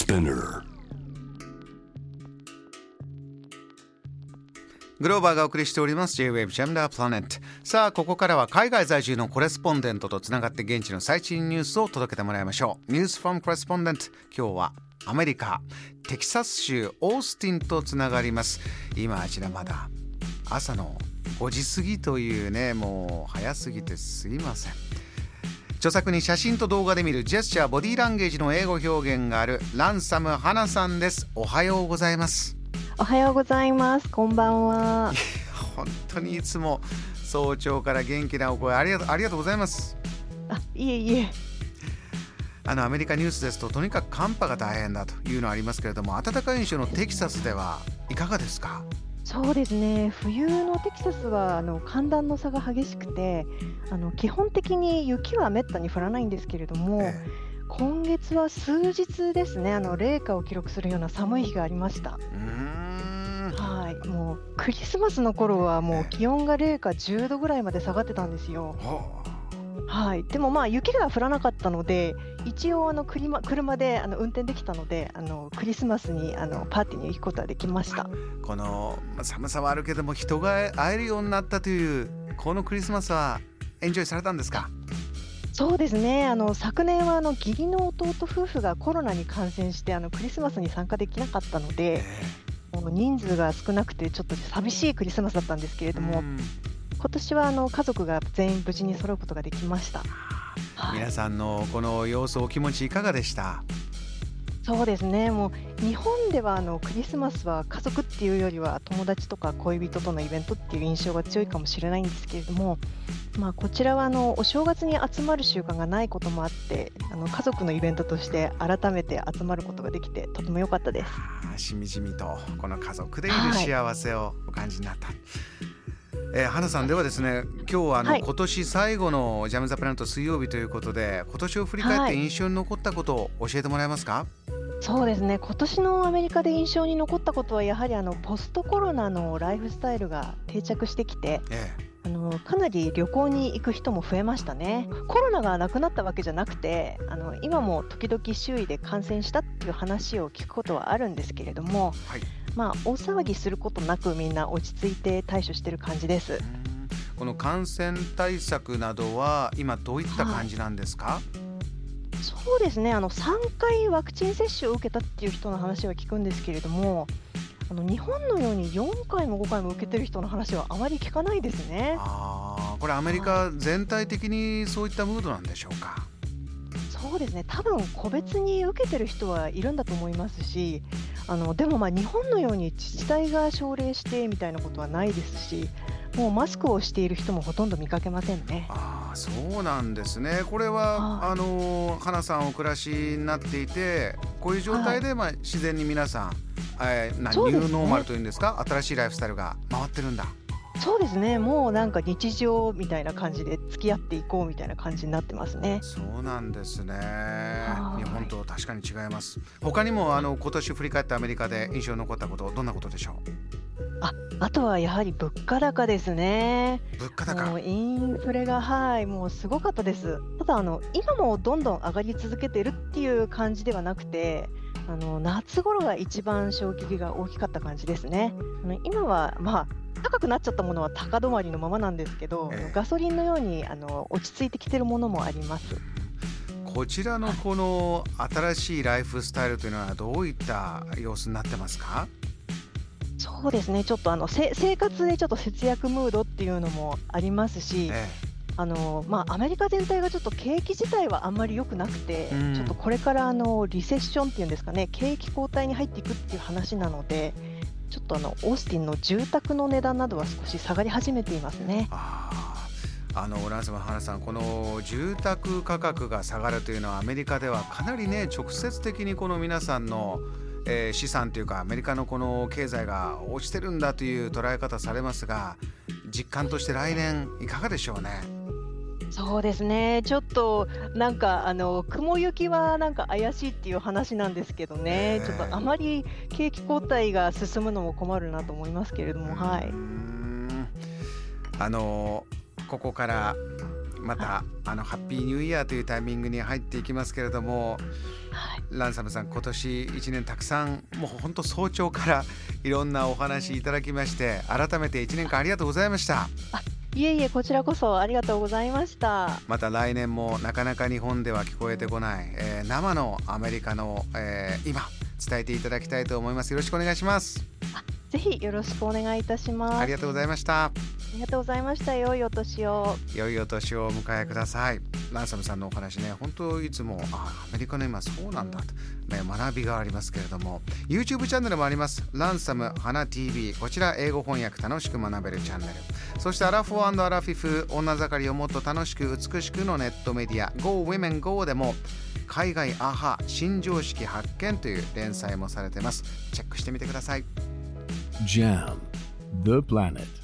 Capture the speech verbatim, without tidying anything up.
Spinner。 グローバーがお送りしております J-Wave Jam the Planet。 さあここからは海外在住のコレスポンデントとつながって現地の最新ニュースを届けてもらいましょう。 News from Correspondent。 今日はアメリカテキサス州オースティンとつながります。今あちらまだ朝のごじ過ぎというね、もう早すぎてすいません。著作に写真と動画で見るジェスチャーボディーランゲージの英語表現があるランサム花さんです。おはようございます。 おはようございます。こんばんは。 本当にいつも早朝から元気なお声ありがとう、ありがとうございます。 あ、いえいえ。 あのアメリカニュースですととにかく寒波が大変だというのはありますけれども、暖かい印象のテキサスではいかがですか？ そうですね、冬のテキサスはあの寒暖の差が激しくて、あの基本的に雪はめったに降らないんですけれども、 ええ今月は数日ですね、あの冷夏を記録するような寒い日がありました。 うーんはい、もうクリスマスの頃はもう気温が零下じゅうどぐらいまで下がってたんですよ。 ははい、でもまあ雪が降らなかったので、一応あの車、車であの運転できたので、あのクリスマスにあのパーティーに行くことはできました。 あこのまあ寒さはあるけども人が会えるようになったというこのクリスマスはエンジョイされたんですか？ そうですね、あの昨年はあの義理の弟夫婦がコロナに感染してあのクリスマスに参加できなかったので、もう人数が少なくてちょっと寂しいクリスマスだったんですけれども、 うん今年はあの家族が全員無事に揃うことができました。はい、 皆さんのこの様子お気持ちいかがでした？ そうですね、もう日本ではあのクリスマスは家族っていうよりは友達とか恋人とのイベントっていう印象が強いかもしれないんですけれども、まあ、こちらはあのお正月に集まる習慣がないこともあって、あの家族のイベントとして改めて集まることができてとても良かったです。 あーしみじみとこの家族でいる幸せをお感じになった、えー、花さんではですね、今日はあの、 はい今年最後のジャムザプラネット水曜日ということで、今年を振り返って印象に残ったことを教えてもらえますか？ そうですね、今年のアメリカで印象に残ったことはやはりあのポストコロナのライフスタイルが定着してきて、 ええあのかなり旅行に行く人も増えましたね。コロナがなくなったわけじゃなくて、あの今も時々周囲で感染したっていう話を聞くことはあるんですけれども、 はいまあ、大騒ぎすることなくみんな落ち着いて対処してる感じです。 うーんこの感染対策などは今どういった感じなんですか？ そうですね、あのさんかいワクチン接種を受けたっていう人の話は聞くんですけれども、あの日本のようによんかいもごかいも受けてる人の話はあまり聞かないですね。 あーこれアメリカ全体的にそういったムードなんでしょうか？ そうですね、多分個別に受けてる人はいるんだと思いますし、あのでもまあ日本のように自治体が奨励してみたいなことはないですし、もうマスクをしている人もほとんど見かけませんね。 ああそうなんですね。これははいあのー花さんお暮らしになっていて、こういう状態で、まあ、自然に皆さん、えーなそうですねニューノーマルというんですか、新しいライフスタイルが回ってるんだ。 そうですね、もうなんか日常みたいな感じで付き合っていこうみたいな感じになってますね。 そうなんですね。 はい日本と確かに違います。他にもあの今年振り返ってアメリカで印象に残ったこと、どんなことでしょあ、あとはやはり物価高ですね。 う？物価高。 もうインフレがはいもうすごかったです。ただあの今もどんどん上がり続けてるっていう感じではなくて、あの夏頃が一番衝撃が大きかった感じですね。あの今はまあ高くなっちゃったものは高止まりのままなんですけど、 ええガソリンのようにあの落ち着いてきてるものもあります。 こちらのこの新しいライフスタイルというのはどういった様子になってますか？ そうですね、ちょっとあのせ生活でちょっと節約ムードっていうのもありますし、 えあのまあ、アメリカ全体がちょっと景気自体はあんまり良くなくて、 うんちょっとこれからあのリセッションっていうんですかね、景気後退に入っていくっていう話なので、ちょっとあのオースティンの住宅の値段などは少し下がり始めていますね。 ああのランスマン花さん、この住宅価格が下がるというのはアメリカではかなりね直接的にこの皆さんの、えー資産というかアメリカのこの経済が落ちてるんだという捉え方されますが、実感として来年いかがでしょうね？ そうですね、ちょっとなんかあの雲行きはなんか怪しいっていう話なんですけどね、 ええちょっとあまり景気後退が進むのも困るなと思いますけれども、はうーい。 んあのここからまたあのハッピーニューイヤーというタイミングに入っていきますけれども、 はい、 ランサムさん、今年いちねんたくさんもう本当早朝からいろんなお話いただきまして、改めていちねんかんありがとうございました。 あ、いえいえ、こちらこそありがとうございました。 また来年もなかなか日本では聞こえてこない、えー、生のアメリカの、えー、今伝えていただきたいと思います。よろしくお願いします。 あ、ぜひよろしくお願いいたします。 ありがとうございました。 ありがとうございました。良いお年を。 良いお年をお迎えください。ランサムさんのお話ね、本当いつもあアメリカの今そうなんだと、ね、学びがありますけれども、 YouTube チャンネルもあります。ランサム花 ティーブイ、 こちら英語翻訳楽しく学べるチャンネル。そしてアラフォー&アラフィフ、女盛りをもっと楽しく美しくのネットメディア Go Women Go でも海外アハ新常識発見という連載もされています。チェックしてみてください。 ジャム The Planet